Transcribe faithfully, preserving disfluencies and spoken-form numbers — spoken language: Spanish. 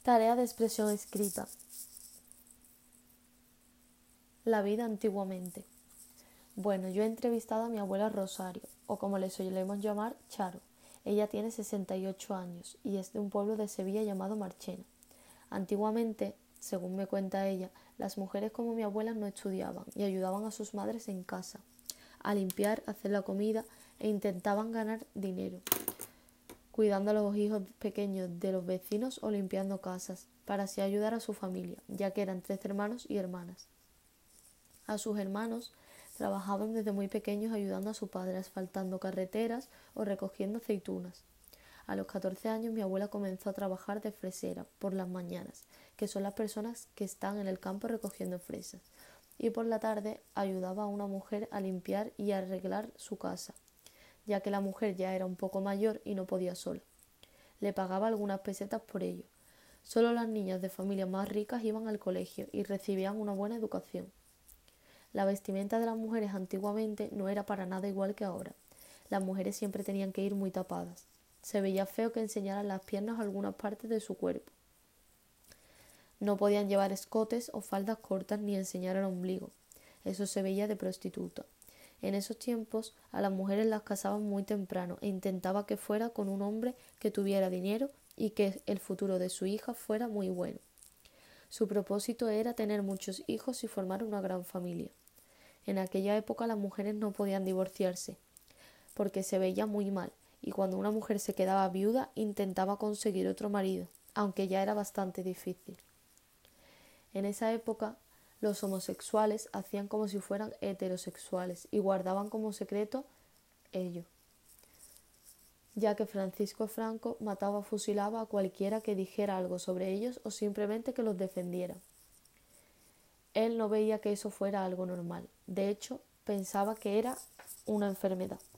Tarea de expresión escrita. La vida antiguamente. Bueno, yo he entrevistado a mi abuela Rosario, o como le solemos llamar, Charo. Ella tiene sesenta y ocho años y es de un pueblo de Sevilla llamado Marchena. Antiguamente, según me cuenta ella, las mujeres como mi abuela no estudiaban y ayudaban a sus madres en casa, a limpiar, a hacer la comida e intentaban ganar dinero, cuidando a los hijos pequeños de los vecinos o limpiando casas, para así ayudar a su familia, ya que eran tres hermanos y hermanas. A sus hermanos trabajaban desde muy pequeños ayudando a su padre asfaltando carreteras o recogiendo aceitunas. A los catorce años mi abuela comenzó a trabajar de fresera por las mañanas, que son las personas que están en el campo recogiendo fresas, y por la tarde ayudaba a una mujer a limpiar y a arreglar su casa, ya que la mujer ya era un poco mayor y no podía sola. Le pagaba algunas pesetas por ello. Solo las niñas de familias más ricas iban al colegio y recibían una buena educación. La vestimenta de las mujeres antiguamente no era para nada igual que ahora. Las mujeres siempre tenían que ir muy tapadas. Se veía feo que enseñaran las piernas o algunas partes de su cuerpo. No podían llevar escotes o faldas cortas ni enseñar el ombligo. Eso se veía de prostituta. En esos tiempos a las mujeres las casaban muy temprano e intentaba que fuera con un hombre que tuviera dinero y que el futuro de su hija fuera muy bueno. Su propósito era tener muchos hijos y formar una gran familia. En aquella época las mujeres no podían divorciarse, porque se veía muy mal, y cuando una mujer se quedaba viuda intentaba conseguir otro marido, aunque ya era bastante difícil. En esa época los homosexuales hacían como si fueran heterosexuales y guardaban como secreto ello, ya que Francisco Franco mataba o fusilaba a cualquiera que dijera algo sobre ellos o simplemente que los defendiera. Él no veía que eso fuera algo normal, de hecho pensaba que era una enfermedad.